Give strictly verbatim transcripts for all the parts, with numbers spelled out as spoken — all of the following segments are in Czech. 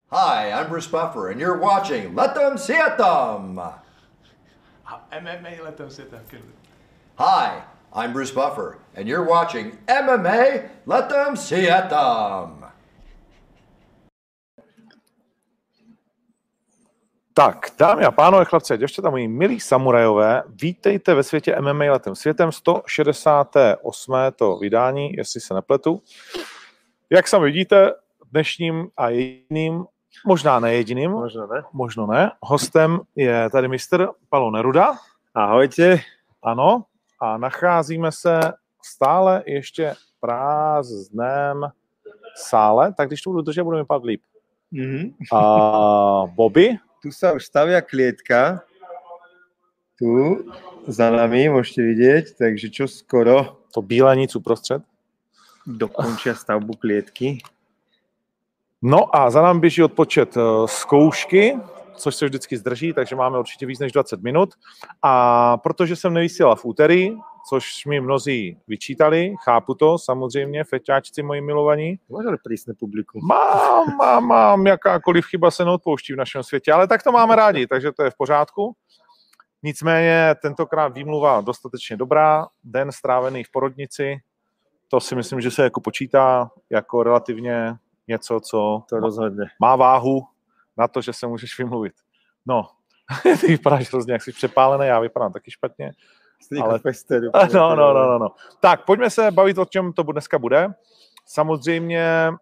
Hi, I'm Bruce Buffer, and you're watching Let Them See It Them! M M A Let Them See It Them. Hi, I'm Bruce Buffer, and you're watching M M A Let Them See It Them! Tak, dámy a pánové, chlapci a děvčata, moji milí samurajové, vítejte ve světě M M A Letem světem, sto šedesátém osmém to vydání, jestli se nepletu. Jak sami vidíte, dnešním a jediným, možná ne jediným, Možno ne. možno ne, hostem je tady mistr Palo Neruda. Ahojte. Ano, a nacházíme se stále ještě v prázdném sále, tak když to budu držet, budeme vypadat líp. Mm-hmm. A Bobby? Tu sa už stavia klietka. Tu za nami môžete vidieť, takže čo skoro To bílé nic uprostřed. dokončia stavbu klietky. No a za námi běží odpočet uh, zkoušky, což se vždycky zdrží, takže máme určitě víc než dvacet minut. A protože jsem nevysílal v úterý, což mi mnozí vyčítali, chápu to samozřejmě, feťáčci moji milovaní. Máš ale prísne publikum. Mám, mám, mám, jakákoliv chyba se neodpouští v našem světě, ale tak to máme rádi, takže to je v pořádku. Nicméně tentokrát výmluva dostatečně dobrá, den strávený v porodnici, to si myslím, že se jako počítá jako relativně něco, co To rozhodne. má váhu na to, že se můžeš vymluvit. No, ty vypadáš hrozně, jak jsi přepálený, já vypadám taky špatně. Ale- Ale... Festeru, No, no, no, no, no. Tak, pojďme se bavit, o čem to dneska bude. Samozřejmě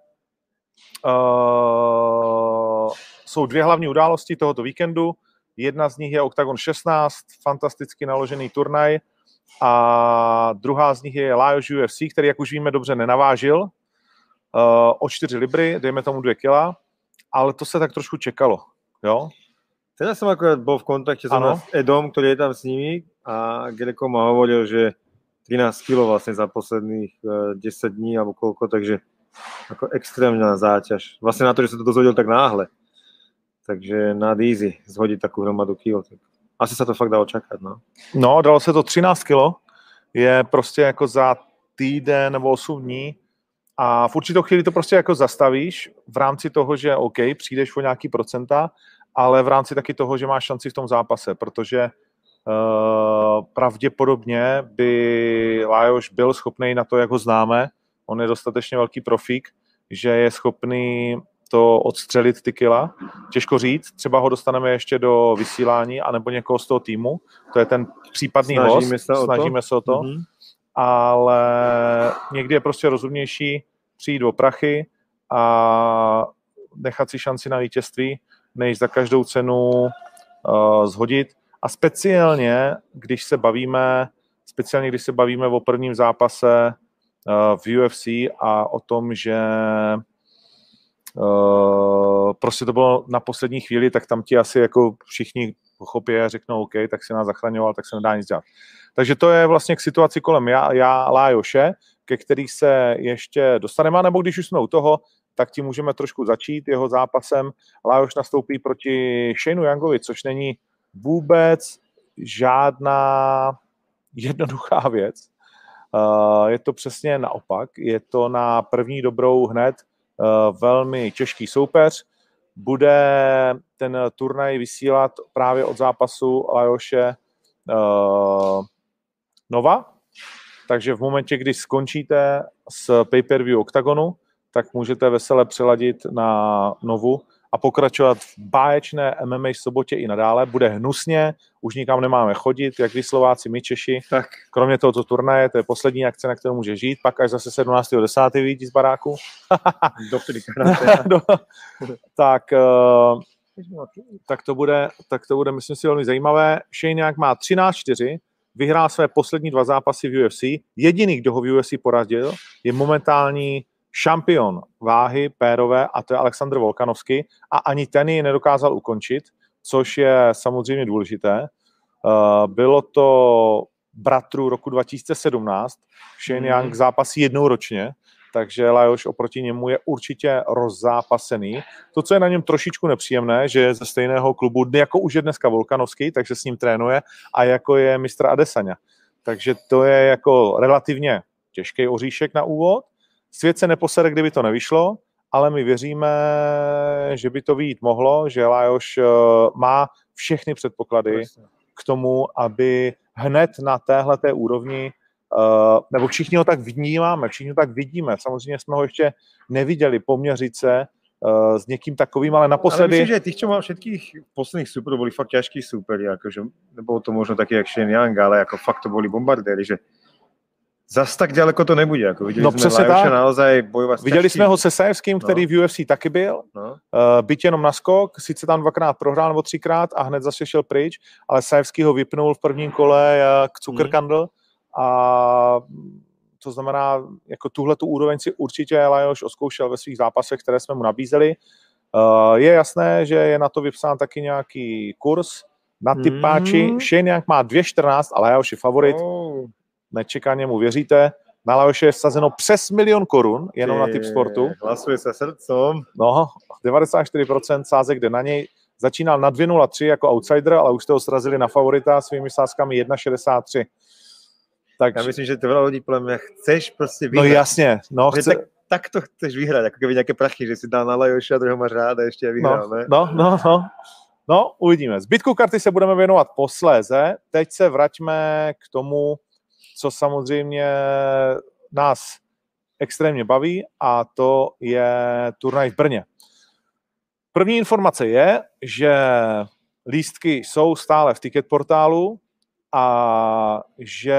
uh, jsou dvě hlavní události tohoto víkendu. Jedna z nich je Octagon šestnáct, fantasticky naložený turnaj, a druhá z nich je Lajos U F C, který, jak už víme, dobře nenavážil uh, o čtyři libry, dejme tomu dvě kila, ale to se tak trošku čekalo, jo? Teraz som akorát bol v kontakte Áno. s Edom, ktorý je tam s nimi, a Greko ma hovoril, že trinásť kilo vlastne za posledných desať dní alebo koľko, takže ako extrémna záťaž. Vlastne na to, že sa to dozvedel tak náhle. Takže nad easy zhodiť takú hromadu kil. Tak asi sa to fakt dalo čakať, no. No, dalo se to třináct kilo, je prostě jako za týden nebo osm dní a v určitou chvíli to prostě jako zastavíš v rámci toho, že OK, přijdeš o nějaký procenta, ale v rámci taky toho, že máš šanci v tom zápase, protože uh, pravděpodobně by Lajos byl schopný na to, jak ho známe, on je dostatečně velký profík, že je schopný to odstřelit ty kila. Těžko říct, třeba ho dostaneme ještě do vysílání, anebo někoho z toho týmu, to je ten případný Snažíme host, se o to. snažíme se o to, Mhm. ale někdy je prostě rozumnější přijít o prachy a nechat si šanci na vítězství, než za každou cenu uh, zhodit. A speciálně, když se bavíme, speciálně, když se bavíme o prvním zápase uh, v U F C a o tom, že uh, prostě to bylo na poslední chvíli, tak tam ti asi jako všichni pochopí a řeknou OK, tak si nás zachraňoval, tak se nedá nic dělat. Takže to je vlastně k situaci kolem já, já Lajoše, ke který se ještě dostaneme, nebo když už jsme u toho, tak tím můžeme trošku začít jeho zápasem. Lajos nastoupí proti Shaneu Youngovi, což není vůbec žádná jednoduchá věc. Uh, je to přesně naopak. Je to na první dobrou hned uh, velmi těžký soupeř. Bude ten turnaj vysílat právě od zápasu Lajoše uh, Nova. Takže v momentě, kdy skončíte s pay-per-view Octagonu, tak můžete vesele přeladit na Novu a pokračovat v báječné M M A sobotě i nadále. Bude hnusně, už nikam nemáme chodit, jak vy Slováci, my Češi. Tak. Kromě tohoto turnaje, to je poslední akce, na kterou může žít, pak až zase sedmnáctého desátého vyjít z baráku. Dovtedy karanténa. No, tak, uh, tak, to bude, tak to bude, myslím si, velmi zajímavé. Shane nějak má třináct čtyři, vyhrál své poslední dva zápasy v U F C. Jediný, kdo ho v U F C porazil, je momentální šampion váhy pérové, a to je Aleksandr Volkanovský, a ani ten ji nedokázal ukončit, což je samozřejmě důležité. Bylo to bratru roku dva tisíce sedmnáct, Shane Mm. Young zápasí jednou ročně, takže Lajos oproti němu je určitě rozzápasený. To, co je na něm trošičku nepříjemné, že je ze stejného klubu, jako už je dneska Volkanovský, takže s ním trénuje, a jako je mistr Adesanya. Takže to je jako relativně těžký oříšek na úvod. Svět se neposere, kdyby to nevyšlo, ale my věříme, že by to vyjít mohlo, že Lajos má všechny předpoklady k tomu, aby hned na téhleté úrovni, nebo všichni ho tak vnímáme, všichni ho tak vidíme, samozřejmě jsme ho ještě neviděli poměřit se s někým takovým, ale naposledy... Ale myslím, že tých, čo mal všetkých posledných super, boli fakt ťažkí superi, akože nebolo to možno taký jak Shane Young, ale ako fakt to boli bombardéry, že zas tak ďaleko to nebude, ako viděli no, jsme Lajoše naozaj bojovat s Viděli ťažkým. jsme ho se Sajevským, který no. v U F C taky byl, no. uh, byť jenom na skok, sice tam dvakrát prohrál nebo třikrát a hned zase šel pryč, ale Sajevský ho vypnul v prvním kole jak Zuckerkandl hmm. a to znamená, jako tuhle tu úroveň si určitě Lajos oskoušel ve svých zápasech, které jsme mu nabízeli. Uh, je jasné, že je na to vypsán taky nějaký kurz na typáči. Mm. Shane Young má dvě čtrnáct a Lajos je favorit. Oh. Nečekaně mu věříte. Na Lajoše je vsazeno přes milion korun, jenom na typ sportu. Hlasuje se srdcom. No, devadesát čtyři procent sázek jde na něj. Začínal na dvě nula tři jako outsider, ale už jste ho srazili na favorita svými sázkami jedna šedesát tři. Tak já myslím, že to veľa ľudí podľa mňa chceš proste vyhrať. No jasne. No, chce... tak, tak to chceš vyhrať, ako keby nejaké prachy, že si dal na Lajoša, druhého máš rád a ešte aj vyhral, no, ne? No, no, no. No, uvidíme. Zbytku karty se budeme věnovat posléze. Teď se vraťme k tomu, co samozřejmě nás extrémně baví, a to je turnaj v Brně. První informace je, že lístky jsou stále v ticket portálu, a že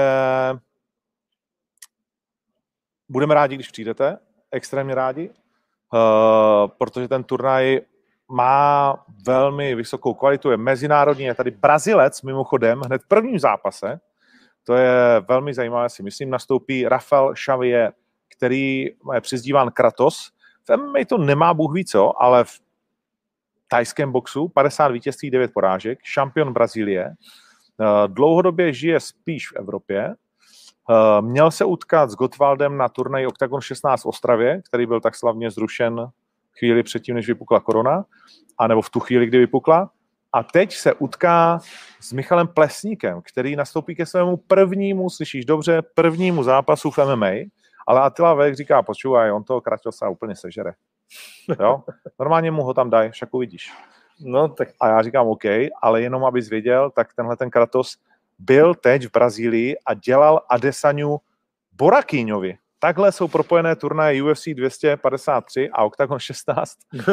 budeme rádi, když přijdete, extrémně rádi, uh, protože ten turnaj má velmi vysokou kvalitu, je mezinárodní, je tady Brazilec mimochodem hned v prvním zápase, to je velmi zajímavé, si myslím, nastoupí Rafael Xavier, který je přizdíván Kratos. V M M A to nemá bůh ví co, ale v thajském boxu padesát vítězství, devět porážek, šampion Brazílie. Dlouhodobě žije spíš v Evropě. Měl se utkat s Gottwaldem na turnaji Octagon šestnáct v Ostravě, který byl tak slavně zrušen chvíli předtím, než vypukla korona, anebo v tu chvíli, kdy vypukla. A teď se utká s Michalem Plesníkem, který nastoupí ke svému prvnímu, slyšíš dobře, prvnímu zápasu v M M A, ale Attila Vek říká, počúvaj, on toho Kratosa úplně sežere. Jo? Normálně mu ho tam daj, však uvidíš. No, tak... A já říkám OK, ale jenom abys věděl, tak tenhle ten Kratos byl teď v Brazílii a dělal Adesanyu Borakyňovi. Takhle jsou propojené turnaje U F C dvě stě padesát tři a Octagon šestnáct. uh,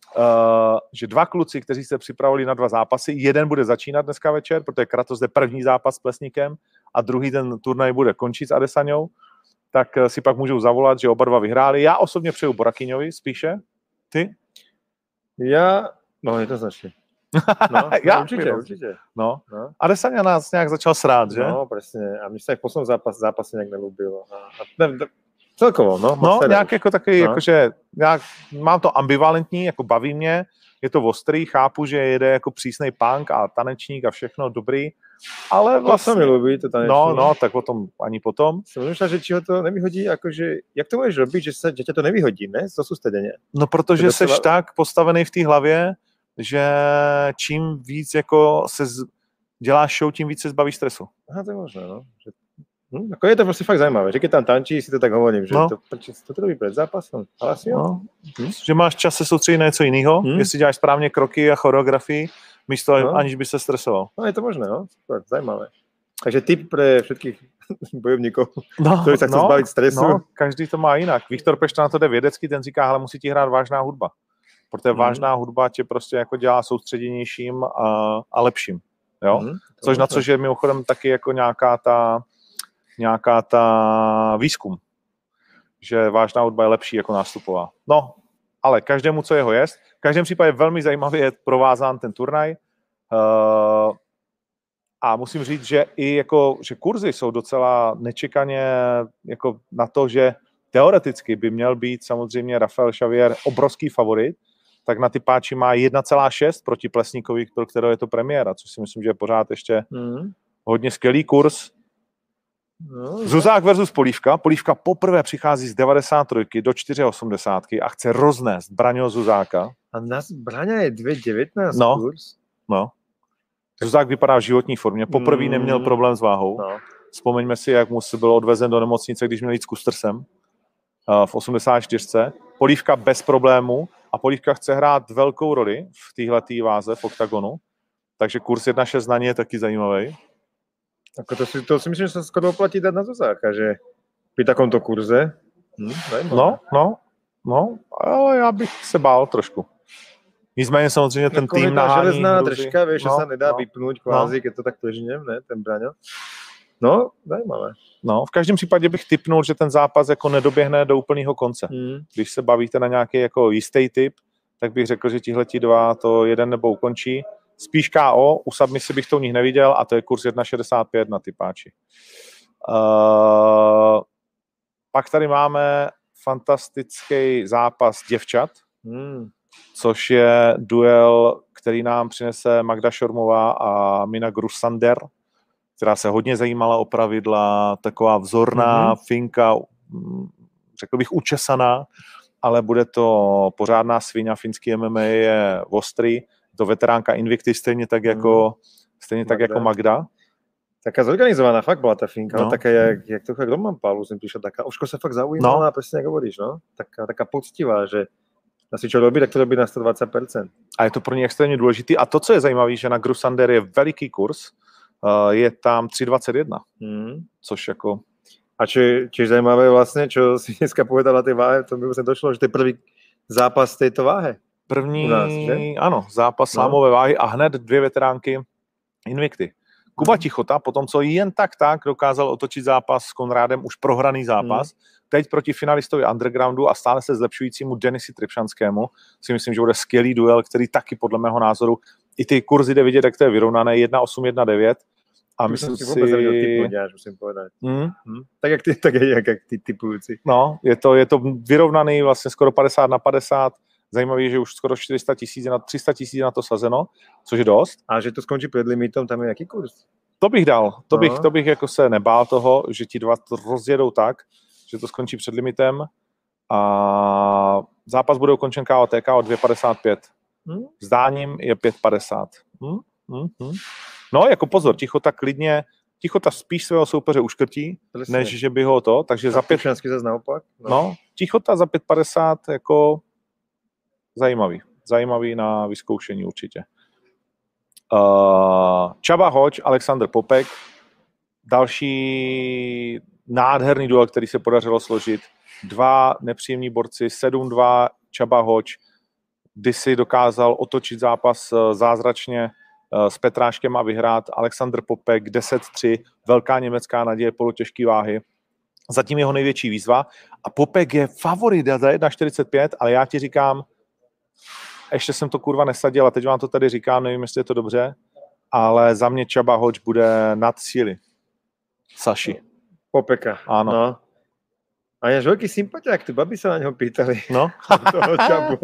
že dva kluci, kteří se připravili na dva zápasy, jeden bude začínat dneska večer, protože Kratos jde první zápas s Plesníkem a druhý ten turnaj bude končit s Adesanyou, tak si pak můžou zavolat, že oba dva vyhráli. Já osobně přeju Borakyňovi spíše. Ty? Já... No, jednoznačně. No, Já, určitě, určitě. No. No. Adesanya nás nějak začal srát, že? No, přesně. A mi se v posledním zápas, zápase nějak nelúbil. A, a ne, ne, celkovo, no. No, nějak jako taky, no. Jakože, nějak, mám to ambivalentní, jako baví mě, je to ostrý, chápu, že jede jako přísnej punk a tanečník a všechno dobrý, ale vlastně... To se mi ľúbi, to tanečník. No, no, tak o tom ani potom. Jsem myslel, že či ho to nevyhodí, jakože, jak to můžeš robiť, že, se, že tě to nevyhodí, ne? Z soustředěně. No, protože seš docela... tak postavený v té hlavě, že čím víc jako se z... děláš show, tím víc se zbavíš stresu. Aha, to je možné, no. Že... Hm, jako je to prostě fakt zajímavé, že když tam tančí, si to tak hovorím, že no. to, to, to robí před zápasem, ale asi jo. No. Hm? Že máš čas se soustředit na něco jiného, hm? Jestli děláš správně kroky a choreografii, místo no. aniž by se stresoval. No je to možné, no, super, zajímavé. Takže tip pre všetkých bojovníků, no, kteří se chcou no, zbavit stresu. No, každý to má jinak. Viktor Pešta na to jde vědecky, ten říká, hele, musí ti hrát vážná hudba. Protože hmm. vážná hudba tě prostě jako dělá soustředěnějším a, a lepším. Jo? Hmm, což na což je mimochodem taky jako nějaká ta, nějaká ta výzkum. Že vážná hudba je lepší jako nástupová. No, ale každému, co jeho jest. V každém případě velmi zajímavě je provázán ten turnaj. Uh, a musím říct, že i jako, že kurzy jsou docela nečekaně jako na to, že teoreticky by měl být samozřejmě Rafael Xavier obrovský favorit, tak na typáči má jedna celá šest proti Plesníkovi, pro kterého je to premiéra, což si myslím, že je pořád ještě mm. hodně skvělý kurz. No, Zuzák versus Polívka. Polívka poprvé přichází z devadesát tři do čtyři osmdesát a chce roznést Braňo Zuzáka. A nás Braňa je dvě devätnásť no, kurz? No. Zuzák vypadá v životní formě. Poprvé mm. neměl problém s váhou. No. Vzpomeňme si, jak mu byl odvezen do nemocnice, když měl jít s Kustersem v osmdesát čtyři. Polívka bez problému a Polívka chce hrát velkou roli v téhletý váze v oktagonu, takže kurz jedna šest na ně je taky zajímavý. Ako to, si, to si myslím, že sa skoro oplatí dať na Zosáka, že pri takomto kurze. Hm, no, no, no, ale já bych se bál trošku. Nicméně samozřejmě ten jako tým nahání železná Gruzi. držka, vieš, no, že sa nedá no, vypnúť kvázi, no. keď to tak držím, ne, ten Braňo. No, zajímavé. No, v každém případě bych tipnul, že ten zápas jako nedoběhne do úplného konce. Mm. Když se bavíte na nějaký jako jistý tip, tak bych řekl, že tihleti dva to jeden nebo ukončí. Spíš K O, u submisy bych to u nich neviděl a to je kurz jedna šedesát pět na typáči. Uh, pak tady máme fantastický zápas děvčat, Mm. což je duel, který nám přinese Magda Šormová a Mina Grusander, která se hodně zajímala o pravidla, taková vzorná mm-hmm. finka, řekl bych učesaná, ale bude to pořádná sviňa, finský M M A je ostrý, to veteránka Invicty stejně tak jako, mm. stejně tak jako Magda. Taká zorganizovaná fakt bola tá finka, no. no. Taká jak, jak to jak Roman Paulus mi prišla, taká Oško sa fakt zaujímala, no. Presne jak hovoríš, no. Taká, taká poctivá, že asi čo robí, tak to robí na sto dvacet procent. A je to pro ně extrémně důležitý. A to, co je zajímavé, že na Grusander je veliký kurz, uh, je tam tři dvacet jedna, mm. což jako... A čo je tiež zajímavé vlastne, čo si dneska povedal na tej váhe, to mi vlastne došlo, že to je prvý zápas v tejto váhe. První, nás, ano, zápas no. slámové váhy a hned dvě veteránky Invicty. Kuba Tichota, potom co jen tak tak dokázal otočit zápas s Konrádem, už prohraný zápas, hmm. teď proti finalistovi Undergroundu a stále se zlepšujícímu Denisi Tripšanskému, si myslím, že bude skvělý duel, který taky podle mého názoru, i ty kurzy jde vidět, jak to je vyrovnané, jedna osm jedna devět. A myslím si... Vůbec neviděl typu, já musím povedať. Hmm? Hmm? Tak jak ty, tak jak, jak ty typující. No, je to, je to vyrovnaný vlastně skoro padesát na padesát. Zajímavé, že už skoro čtyři sta tisíc, na tři sta tisíc na to sazeno, což je dost. A že to skončí před limitem, tam je jaký kurz? To bych dal, to, no. bych, to bych jako se nebál toho, že ti dva to rozjedou tak, že to skončí před limitem a zápas bude ukončen K O T K o dvě padesát pět. Hmm? Zdáním je pět padesát. Hmm? Hmm? Hmm? No, jako pozor, Tichota klidně, Tichota spíš svého soupeře uškrtí, Presne. než že by ho to, takže za pět... zase naopak. No. no, Tichota za pět padesát jako zajímavý. Zajímavý na vyzkoušení určitě. Uh, Csaba Hodge, Alexander Popek, další nádherný duel, který se podařilo složit. Dva nepříjemní borci, sedm dva, Csaba Hodge, kdysi dokázal otočit zápas zázračně uh, s Petráškem a vyhrát. Alexander Popek, deset tři, velká německá naděje polotěžké váhy. Zatím jeho největší výzva. A Popek je favorit za jedna čtyřicet pět, ale já ti říkám, ještě jsem to kurva nesadil a teď vám to tady říkám, nevím, jestli je to dobře, ale za mě Csaba Hodge bude nad síly. Saši. Popeka. Áno. No. A je veľký sympatiák, tu babi sa na ňo pýtali. No. Toho Csabu.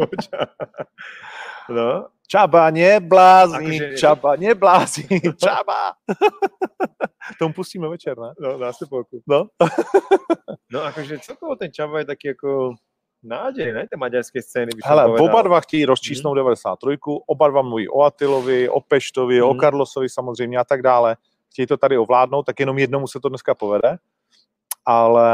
No. Csaba, neblázni, akože, Csaba, neblázni, Csaba. Tomu pustíme večer, ne? No, nástupolku. No. No, akože celkovo ten Csaba je taký ako nádej, ne? Té maďarské scény. Hele, oba dva chtějí rozčísnout hmm. devadesát tři, oba dva mluví o Attilovi, o Peštovi, hmm. o Carlosovi samozřejmě a tak dále. Chtějí to tady ovládnout, tak jenom jednomu se to dneska povede. Ale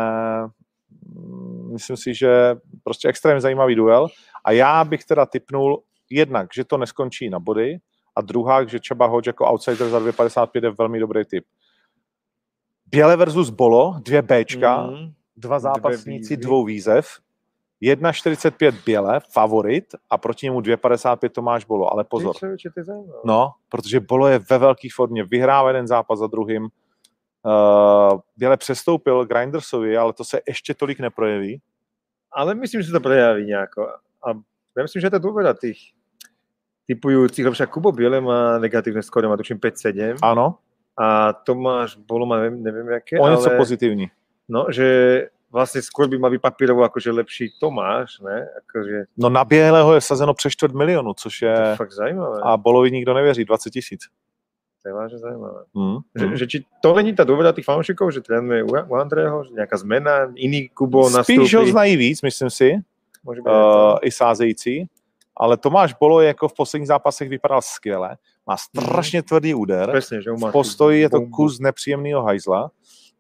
myslím si, že prostě extrémně zajímavý duel. A já bych teda tipnul jednak, že to neskončí na body a druhá, že Csaba Hodge jako outsider za dvě padesát pět je velmi dobrý tip. Běle versus Bolo, dvě Bčka, hmm. dva zápasníci, dvou výzev. jedna čtyřicet pět Běle, favorit, a proti němu dvě padesát pět Tomáš Bolo, ale pozor. No, protože Bolo je ve velké formě, vyhrává jeden zápas za druhým. Uh, Běle přestoupil Grindersovi, ale to se ještě tolik neprojeví. Ale myslím, že to projaví nejako. A ja myslím, že to je dôvera tých typujúcich, lebo však Kubo Biele má negatívne skóre, má tuším päť sedem. Áno. A Tomáš Bolo má neviem, neviem aké. O něco ale... pozitivní. No, že vlastne skôr by mal byť papírovo akože lepší Tomáš, ne? Akože... No na Běleho je sazeno přes čtvrt milionu, což je... To je fakt zajímavé. A Bolovi nikdo nevěří, dvacet tisíc. To je vážne zajímavé. Mm, že, mm. že či to není tá dôvera tých fanúšikov, že trénuje u Andreho, že nejaká zmena, iný Kubo nastúpi? Spíš ho znají víc, myslím si, uh, i sázející, ale Tomáš Bolo je jako v posledních zápasech vypadal skvěle, má strašně tvrdý úder, Presne, že v postoji je to kus nepříjemného hajzla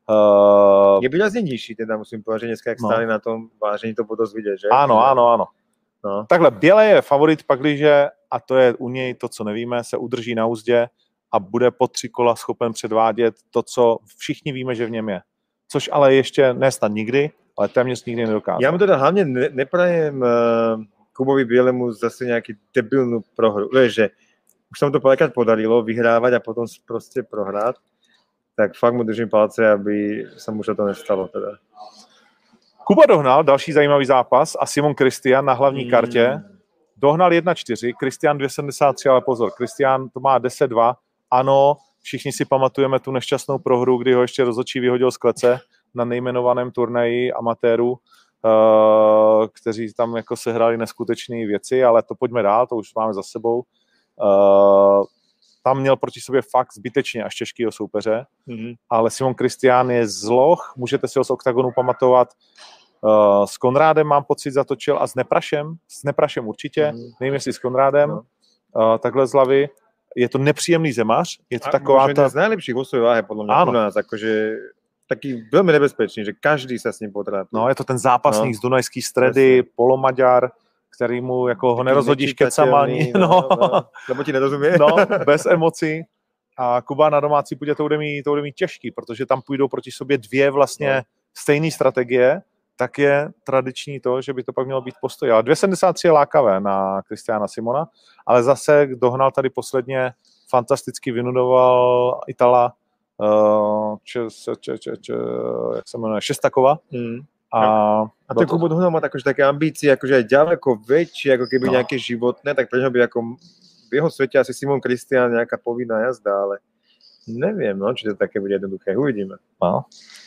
Uh, je výrazně nižší, teda musím povedať, že dneska jak no. stáli na tom vážení, to bylo dost vidět, že? Ano, ano, ano. No. Takhle, Bělej je favorit, pakliže, a to je u něj to, co nevíme, se udrží na úzdě a bude po tři kola schopen předvádět to, co všichni víme, že v něm je. Což ale ještě nestat nikdy, ale téměř nikdy nedokázal. Já mu teda hlavně ne, neprajem uh, Kubovi Bělemu zase nějaký debilnou prohru. Vieš, že už sa mu to párkrát podarilo vyhrávať a potom prostě prohrát, tak fakt mu držím palce, aby sa mu to nestalo. Teda. Kuba dohnal další zajímavý zápas a Simon Kristian na hlavní Hmm. kartě. Dohnal jedna čtyři, Kristian dvě sedmdesát tři, ale pozor, Kristian to má deset dva. Ano, všichni si pamatujeme tu nešťastnou prohru, kdy ho ještě rozhodčí vyhodil z klece na nejmenovaném turnaji amatérů, uh, kteří tam jako sehráli neskutečné věci, ale to pojďme dál, to už máme za sebou. Uh, tam měl proti sobě fakt zbytečně až těžkýho soupeře, mm-hmm. ale Simon Kristian je zloch, můžete si ho z oktagonu pamatovat. Uh, s Konrádem mám pocit zatočil a s Neprašem, s Neprašem určitě, mm-hmm. nevím jestli s Konrádem, no. uh, takhle z hlavy. Je to nepříjemný zemař, je to a taková ta... z najlepších vo svojej váhe, podľa mňa u nás, akože taký veľmi nebezpečný, že každý sa s ním potrápí. No, je to ten zápasník no. z Dunajský Stredy, Jasne. Polomaďar, který mu jako ho nerozhodíš kecama ani, no, no, no, lebo ti nerozumie. No, bez emocí. A Kuba na domácí půdě to bude mít, to bude mít těžký, protože tam půjdou proti sobě dvě vlastně no. stejné strategie, tak je tradiční to, že by to pak mělo být postoj. Ale dvě sedmdesát tři je lákavé na Kristiana Simona, ale zase dohnal tady posledně, fantasticky vynudoval Itala, uh, če, če, če, če, jak se jmenuje, Šestakova. Hmm. A, a to Kubo dohnal má akože také ambície, akože aj ďaleko väčšie, ako keby no. nejaké životné, tak pre ňo by ako v jeho svete asi Simon Kristian nejaká povinná jazda, ale neviem, no, či to také bude jednoduché, uvidíme. No.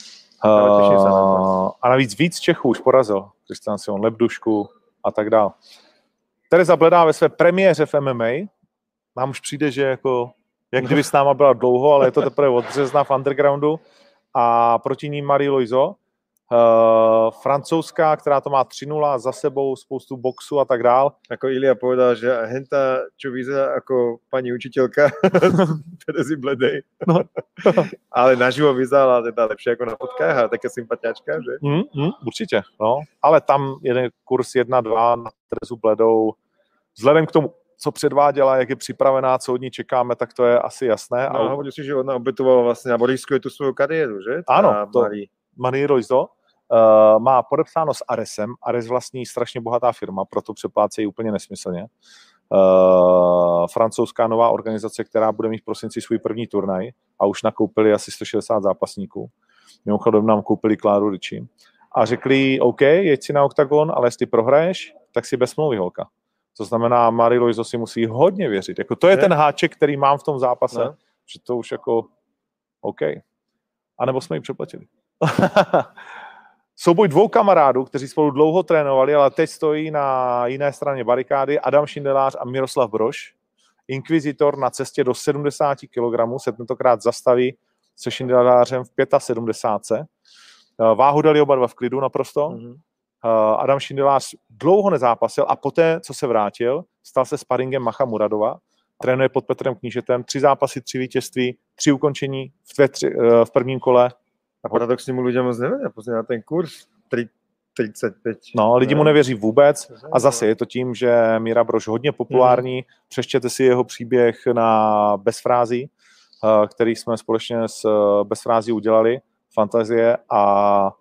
Uh, a navíc víc Čechů už porazil. Kristian Simon, Lebdušku a tak dál. Tereza Bledá ve své premiéře v M M A. Nám už přijde, že jako, jak kdyby s náma byla dlouho, ale je to teprve od března v undergroundu. A proti ní Marie Loiseau, uh, francouzská, která to má tři nula, za sebou spoustu boxu a tak dál. Ako Ilia povedal, že henta, čo vyzerá ako pani učiteľka Terezy Bledej. No. Ale naživo vyzerala teda lepšie ako na fotkách a taká sympatiačka, že? Mm, mm, určitě, no. Ale tam jeden kurz jedna dva na Terezu Bledou. Vzhledem k tomu, co předváděla, jak je připravená, co od ní čekáme, tak to je asi jasné. No, a hovoril si, že ona obetovala vlastně, nebo riskuje tu svou kariéru, že? Ta ano, to Marie, Marie Loiseau uh, má podepsáno s Aresem. Ares vlastní strašně bohatá firma, proto přeplácejí úplně nesmyslně. Uh, francouzská nová organizace, která bude mít v prosinci svůj první turnaj a už nakoupili asi sto šedesát zápasníků. Mimochodem nám koupili Kláru Ritchie. A řekli, OK, jeď si na oktagon, ale jestli prohraješ, tak si bez smlouvy, holka. To znamená, Marie Loiseau si musí hodně věřit. Jako to je ten háček, který mám v tom zápase, no. Že to už jako OK. A nebo jsme ji přeplatili. Souboj dvou kamarádů, kteří spolu dlouho trénovali, ale teď stojí na jiné straně barikády, Adam Šindelář a Miroslav Brož. Inkvizitor na cestě do sedmdesát kilogramů se tentokrát zastaví se Šindelářem v sedmdesát pět. Váhu dali oba dva v klidu naprosto. Mm-hmm. Adam Šindelář dlouho nezápasil a poté, co se vrátil, stal se sparingem Macha Muradova. Trénuje pod Petrem Knížetem. Tři zápasy, tři vítězství, tři ukončení v, tři, v prvním kole. A paradoxně mu lidé moc nevěří, později na ten kurz třicet pět. No, lidi mu nevěří vůbec a zase je to tím, že Míra Brož hodně populární. Hmm. Přečtěte si jeho příběh na Bezfrází, který jsme společně s Bezfrází udělali, Fantazie, a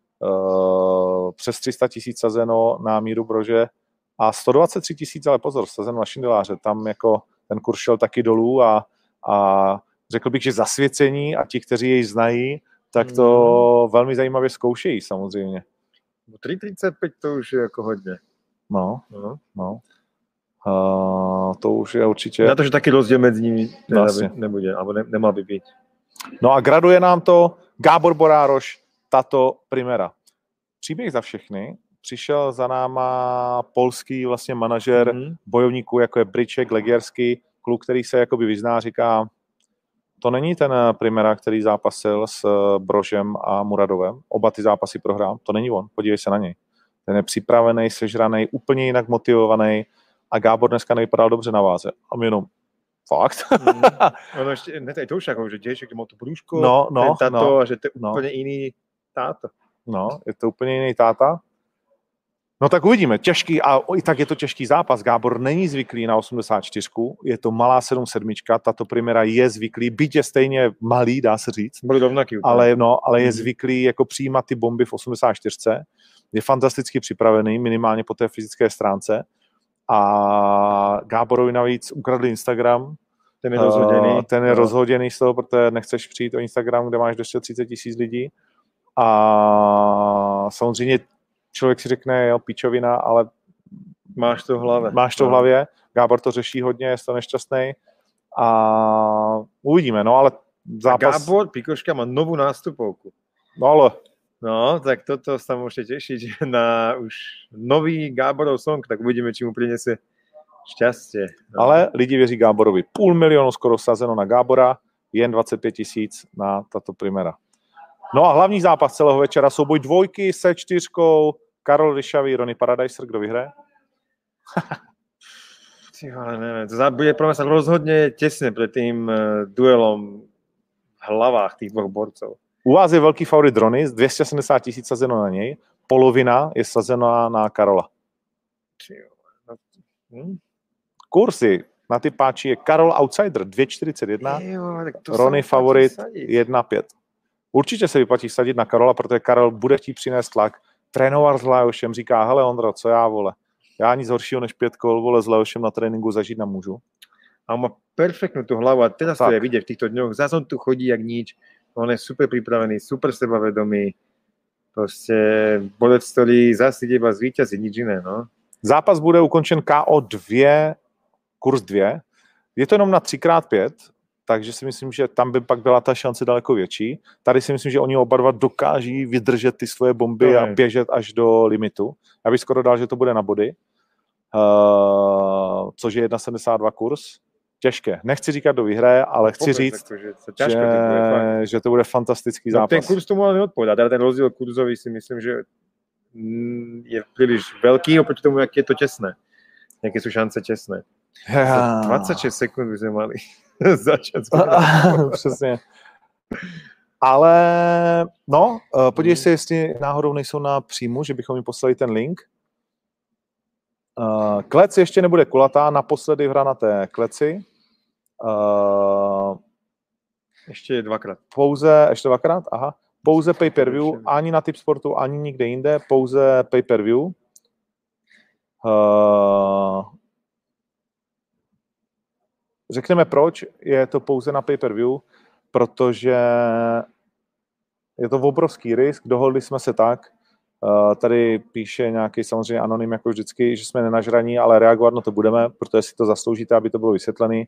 uh, přes tři sta tisíc sazeno na Míru Brože a sto dvacet tři tisíc, ale pozor, sazeno na Šindeláře. Tam jako ten kurz šel taky dolů a, a řekl bych, že zasvěcení a ti, kteří jej znají, tak to hmm. velmi zajímavě zkoušejí samozřejmě. tři třicet pět to už je jako hodně. No, no. no. Uh, to už je určitě... Na to, že taky rozdíl mezi nimi vlastně nebude, alebo ne, nemal by být. No a graduje nám to Gábor Borároš, Tato Primera. Příběh za všechny. Přišel za náma polský vlastně manažer mm-hmm. bojovníků, jako je Bryček, Legierský, kluk, který se jakoby vyzná, říká, to není ten Primera, který zápasil s Brožem a Muradovem. Oba ty zápasy prohrál. To není on. Podívej se na něj. Ten je připravený, sežraný, úplně jinak motivovaný a Gábor dneska nevypadal dobře na váze. A my jenom, Fakt? Mm. Ono ešte, ne, to už ako, že tiež, že mal to brúško, no, no, ten táto, no, a že to je no. úplne iný táto. No, je to úplně jiný táta. No tak uvidíme, těžký, a i tak je to těžký zápas. Gábor není zvyklý na osmdesát čtyři, je to malá sedm sedm, tato Primera je zvyklý, byť je stejně malý, dá se říct, Byli rovnaký. ale, no, ale je Mhm. zvyklý jako přijímat ty bomby v osmdesát čtyři. Je fantasticky připravený, minimálně po té fyzické stránce. A Gáborovi navíc ukradli Instagram. Ten je rozhoděný. Uh, ten je no. rozhoděný z toho, protože nechceš přijít o Instagram, kde máš dvě stě třicet tisíc lidí. A samozřejmě člověk si řekne, jo, píčovina, ale Máš to v hlavě. máš to v hlavě. Gábor to řeší hodně, je to nešťastný. A uvidíme, no ale zápas... A Gábor Pikoška má novou nástupovku. No ale... No, tak toto sa môžete tešiť na už nový Gáborov song, tak uvidíme, či mu prinesie šťastie. No. Ale lidi věří Gáborovi. Půl milionu skoro sazeno na Gábora, jen dvacet pět tisíc na tato Primera. No a hlavní zápas celého večera, souboj dvojky se čtyřkou, Karol Ryšavý, Ronnie Paradiser, kdo vyhraje? Ty, ale neviem, to bude pre mňa sa rozhodne tesne pred tým uh, duelom v hlavách tých dvoch borcov. U vás je velký favorit Ronnie, dvě stě sedmdesát tisíc sazeno na něj, polovina je sazena na Karola. Hm? Kursy na ty páči je Karol Outsider dvě čtyřicet jedna, Ronnie favorit jedna pět. Určitě se vyplatí sadit na Karola, protože Karol bude chtít přinést tlak. Trénoval s Lajošem, říká, hele Ondro, co já vole, já nic horšího než pět kol, vole, s Lajošem na tréninku zažít nemůžu. A on má perfektnú tú hlavu a teraz tak. To je vidieť v týchto dňoch. Zás on tu chodí jak nič, on je super pripravený, super sebavedomý. Proste bodec, ktorý zase ide iba zvíťaziť, nič iné, no. Zápas bude ukončen K O dva, kurz dva. Je to jenom na tři krát pět, takže si myslím, že tam by pak byla ta šance daleko větší. Tady si myslím, že oni oba dva dokáží vydržet ty svoje bomby no, a běžet až do limitu. Já bych skoro dal, že to bude na body, uh, což je jedna sedmdesát dva kurz. Těžké. Nechci říkat, kdo vyhraje, ale chci Vôbec, říct, že, že, to bude, že to bude fantastický no, zápas. ten kurz tomu ale neodpovedá. Teda ten rozdiel kurzový si myslím, že je príliš veľký oproti tomu, jak je to tesné. Jaké sú šance tesné. Ja. dvacet šest sekund by sme mali začať. Přesně. Ale no, podívej se, jestli náhodou nejsou na příjmu, že bychom jim poslali ten link. Uh, klec ještě nebude kulatá, naposledy hra na té kleci. Uh, ještě dvakrát. Pouze, ještě dvakrát, aha. Pouze pay-per-view, ani na Tipsportu, ani nikde jinde, pouze pay-per-view. Uh, řekneme proč, je to pouze na pay-per-view, protože je to obrovský risk, dohodli jsme se tak, Uh, tady píše nějaký samozřejmě anonym jako vždycky, že jsme nenažraní, ale reagovat na to budeme, protože si to zasloužíte, aby to bylo vysvětlené.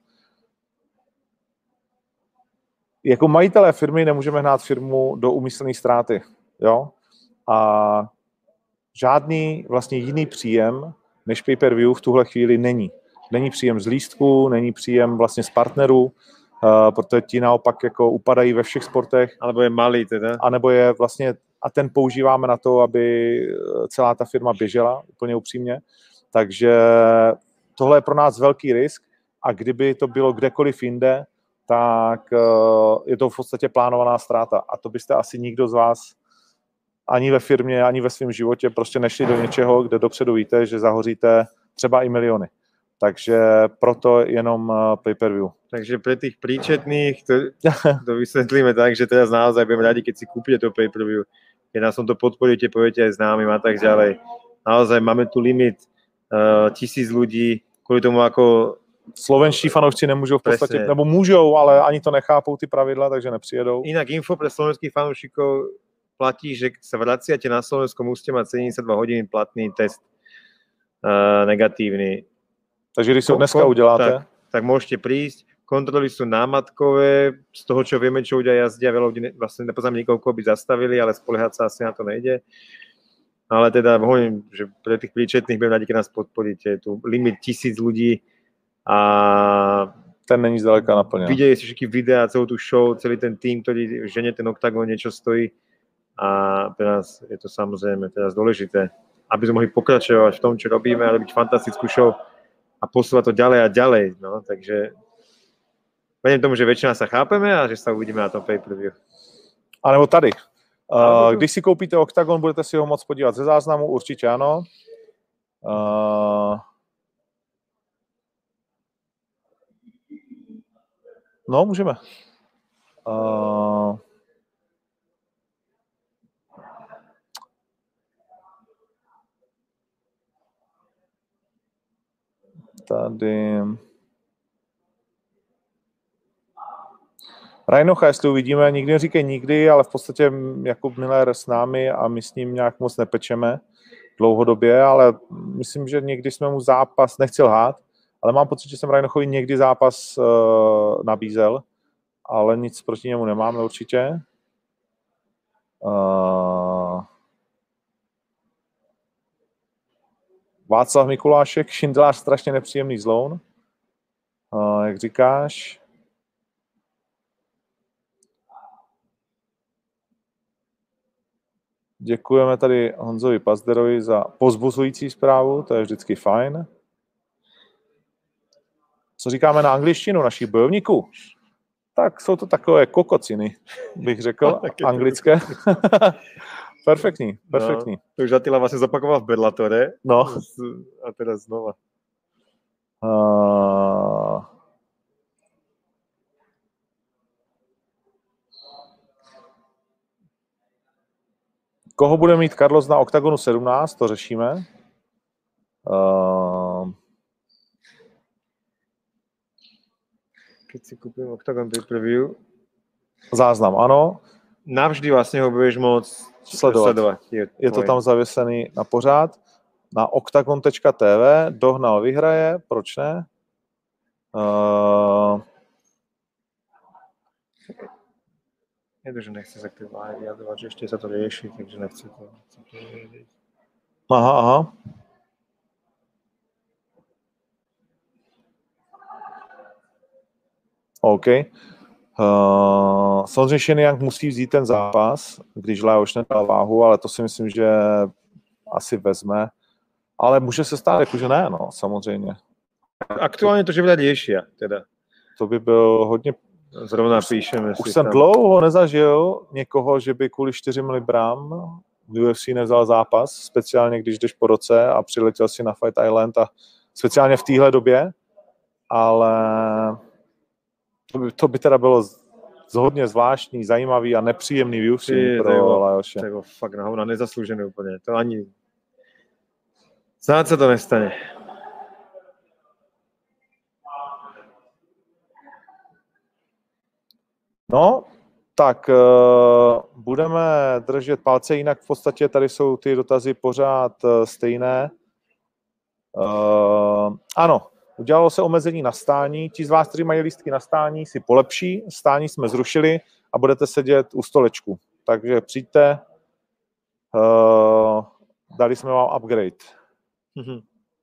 Jako majitelé firmy nemůžeme hnát firmu do úmyslné ztráty, jo? A žádný vlastně jiný příjem než pay-per-view v tuhle chvíli není. Není příjem z lístku, není příjem vlastně z partnerů, uh, protože ti naopak jako upadají ve všech sportech. Alebo je malý teda. A nebo je vlastně a ten používáme na to, aby celá ta firma běžela, úplně upřímně. Takže tohle je pro nás velký risk a kdyby to bylo kdekoliv jinde, tak je to v podstatě plánovaná ztráta. A to byste asi nikdo z vás ani ve firmě, ani ve svém životě prostě nešli do něčeho, kde dopředu víte, že zahoříte třeba i miliony. Takže proto jenom pay-per-view. Takže pre tých príčetných to, to vysvetlíme tak, že teraz naozaj budem radi, keď si kúpite to pay-per-view, keď nás to podporíte, poviete aj známym a tak ďalej. Naozaj máme tu limit uh, tisíc ľudí, kvôli tomu ako... Slovenští fanoušci nemôžu v podstate, nebo môžou, ale ani to nechápou ty pravidla, takže nepřijedou. Inak info pre slovenských fanoušikov platí, že sa vraciate na Slovensko, musíte mať sedemdesiatdva hodín platný test uh, negatívny. Takže když si ho dneska uděláte, tak, tak môžete prísť. Kontroly sú námatkové, z toho, čo vieme, čo ľudia jazdia, veľa ľudí vlastne nepoznáme nikoho, koho by zastavili, ale spoliehať sa asi na to nejde. Ale teda hovorím, že pre tých príčetných budem radi, keď nás podporíte. Tu limit tisíc ľudí a ten není zdaleka naplnený. Videli ste všetky videá, celú tú show, celý ten tým, ktorý žene ten oktagon, niečo stojí. A pre nás je to samozrejme teraz dôležité, aby sme mohli pokračovať v tom, čo robíme a robiť fantastickú show a posúvať to ďalej a ďalej. No, takže Vedem tomu, že většina se chápeme a že se uvidíme na tom pay-per-view. A nebo tady. Uh, když si koupíte Octagon, budete si ho moc podívat ze záznamu, určitě ano. Uh, no, můžeme. Uh, tady... Rajnocha, jestli uvidíme, nikdy neříkej nikdy, ale v podstatě Jakub Miller s námi a my s ním nějak moc nepečeme dlouhodobě, ale myslím, že někdy jsme mu zápas, nechci lhát, ale mám pocit, že jsem Rajnochovi někdy zápas uh, nabízel, ale nic proti němu nemáme určitě. Uh, Václav Mikulášek, Šindelář, strašně nepříjemný zloun, uh, jak říkáš. Děkujeme tady Honzovi Pazderovi za povzbuzující zprávu, to je vždycky fajn. Co říkáme na angličtinu našich bojovníků? Tak jsou to takové kokociny, bych řekl, anglické. Perfektní, perfektní. No, to už Attila vlastně zopakoval v Bellatore. No. A teda znova. Uh... Koho bude mít Carlos na Octagonu sedmnáct, to řešíme. Uh... Keď si kúpim Octagon pay-per-view. Záznam, ano. Navždy vlastně ho budeš moc sledovat. sledovat. Je, je to tam zavěsený na pořád. Na octagon tečka t v, dohnal, vyhraje, proč ne? Uh... Je, že nechci sa k tej vláde vyjadrovať, že ešte sa to rieši, takže nechci to, to vedieť. Aha, aha. OK. Uh, samozřejmě Shane Young musí vzít ten zápas, když Lajos nedal váhu, ale to si myslím, že asi vezme. Ale může se stát, jakože ne, no, samozřejmě. Aktuálně to, že bude riešia, teda. To by byl hodně... Zrovna píšeme. Už jsem tam dlouho nezažil někoho, že by kvůli čtyři miligramy v U F C nevzal zápas, speciálně když jdeš po roce a přiletěl si na Fight Island a speciálně v téhle době, ale to by, to by teda bylo hodně zvláštní, zajímavý a nepříjemný v U F C pro Lajoše. To je fakt na hovna, nezasloužený úplně, to ani snad se to nestane. No, tak uh, budeme držet palce, jinak v podstatě tady jsou ty dotazy pořád uh, stejné. Uh, ano, udělalo se omezení na stání. Ti z vás, kteří mají lístky na stání, si polepší. Stání jsme zrušili a budete sedět u stolečku. Takže přijďte. Uh, dali jsme vám upgrade. Mm-hmm.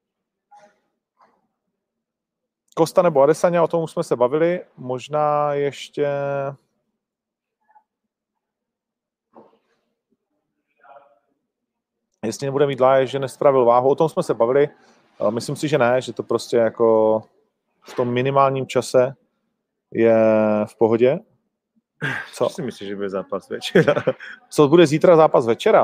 Costa nebo Adesanya, o tom už jsme se bavili. Možná ještě... Jestli nebude mít Laje, že nespravil váhu, o tom jsme se bavili. Myslím si, že ne, že to prostě jako v tom minimálním čase je v pohodě. Co, Co si myslíš, že bude zápas večera? Co bude zítra zápas večera?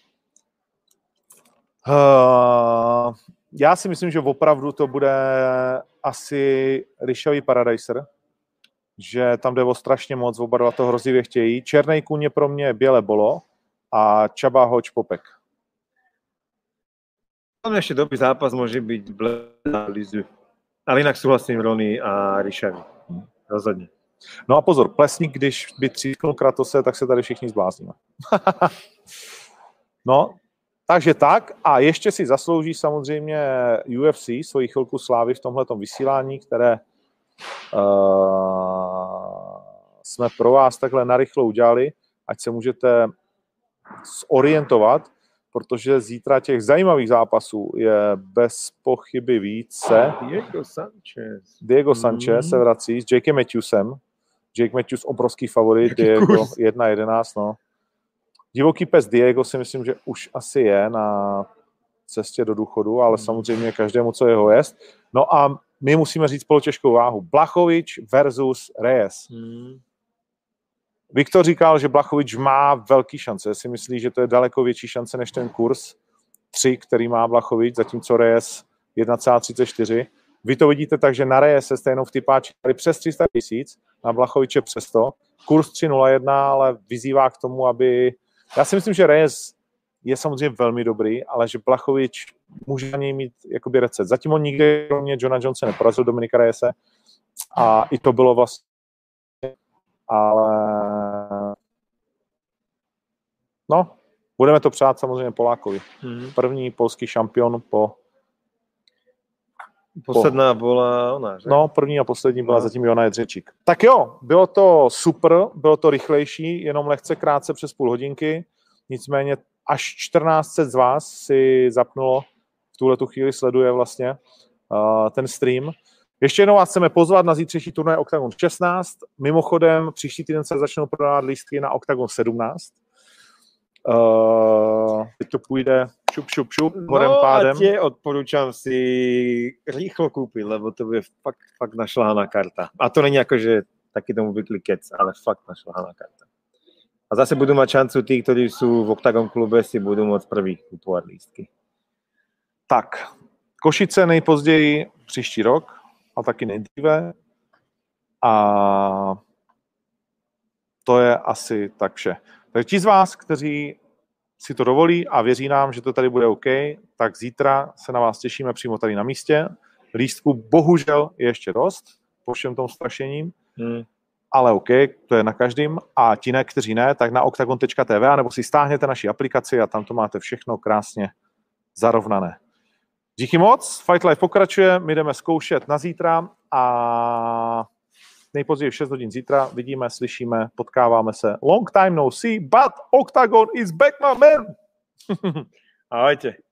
Uh, já si myslím, že opravdu to bude asi Rishavý Paradiser, že tam jde o strašně moc, oba dva to hrozivě chtějí. Černej kůň je pro mě Běle Bolo a Čaba Hoč Popek. Tam ešte dobrý zápas môže byť Bleda Lizu. Ale inak súhlasím Rony a Rishavý. Rozhodně. No a pozor, Plesník, když by třísknul Kratose, tak se tady všichni zblázníme. No, takže tak. A ještě si zaslouží samozřejmě U F C svoji chvilku slávy v tomhletom vysílání, které uh, jsme pro vás takhle narychlo udělali, ať se můžete zorientovat, protože zítra těch zajímavých zápasů je bez pochyby více. Diego Sanchez. Diego Sanchez mm. se vrací s Jakem Matthewsem. Jake Matthews obrovský favorit, Diego jedna jedenáct, no. Divoký pes Diego si myslím, že už asi je na cestě do důchodu, ale samozřejmě každému, co jeho jest. No a my musíme říct polotěžkou váhu. Blachowicz versus Reyes. Hmm. Viktor říkal, že Blachowicz má velký šance. Já si myslí, že to je daleko větší šance než ten kurz tři, který má Blachowicz, zatímco Reyes jedna celá třicet čtyři. Vy to vidíte tak, že na Reyese jste jenom v typáči přes tři sta tisíc, na Blachowicze přes sto. Kurz tři nula jedna, ale vyzývá k tomu, aby... Já si myslím, že Reyes je samozřejmě velmi dobrý, ale že Blachowicz může na něj mít jakoby recept. Zatím on nikdy kromě Johna Jonese neporazil Dominika Reyese a i to bylo vlastně... Ale... No, budeme to přát samozřejmě Polákovi. Hmm. První polský šampion po... Posledná byla ona, že? No, první a poslední byla no. zatím Jona Jedřečík. Tak jo, bylo to super, bylo to rychlejší, jenom lehce krátce přes půl hodinky, nicméně až čtrnáct set z vás si zapnulo, v tuhletu chvíli sleduje vlastně uh, ten stream. Ještě jednou vás chceme pozvat na zítřejší turnaj Octagon šestnáct, mimochodem příští týden se začnou prodávat lístky na Octagon sedmnáct. Uh, teď to půjde šup, šup, šup, morem no pádem. No a tě odporučám si rýchlo koupit, lebo to bude fakt, fakt našláhaná karta. A to není jako, že taky tomu vykli kec, ale fakt našláhaná karta. A zase budú mať šancu tí, ktorí sú v Octagon klube, si budú môcť prvý kupovať lístky. Tak, Košice nejpozději příští rok, a taky nejdříve. A to je asi tak vše. Takže ti z vás, kteří si to dovolí a věří nám, že to tady bude OK, tak zítra se na vás těšíme přímo tady na místě. Lístků bohužel je ještě dost, po všem tom strašením, hmm. ale OK, to je na každým. A ti ne, kteří ne, tak na octagon tečka t v, nebo si stáhněte naši aplikaci a tam to máte všechno krásně zarovnané. Díky moc, Fight Life pokračuje, my jdeme zkoušet na zítra a nejpozději v šest hodin zítra vidíme, slyšíme, potkáváme se. Long time no see, but Octagon is back, my man! Ahojte.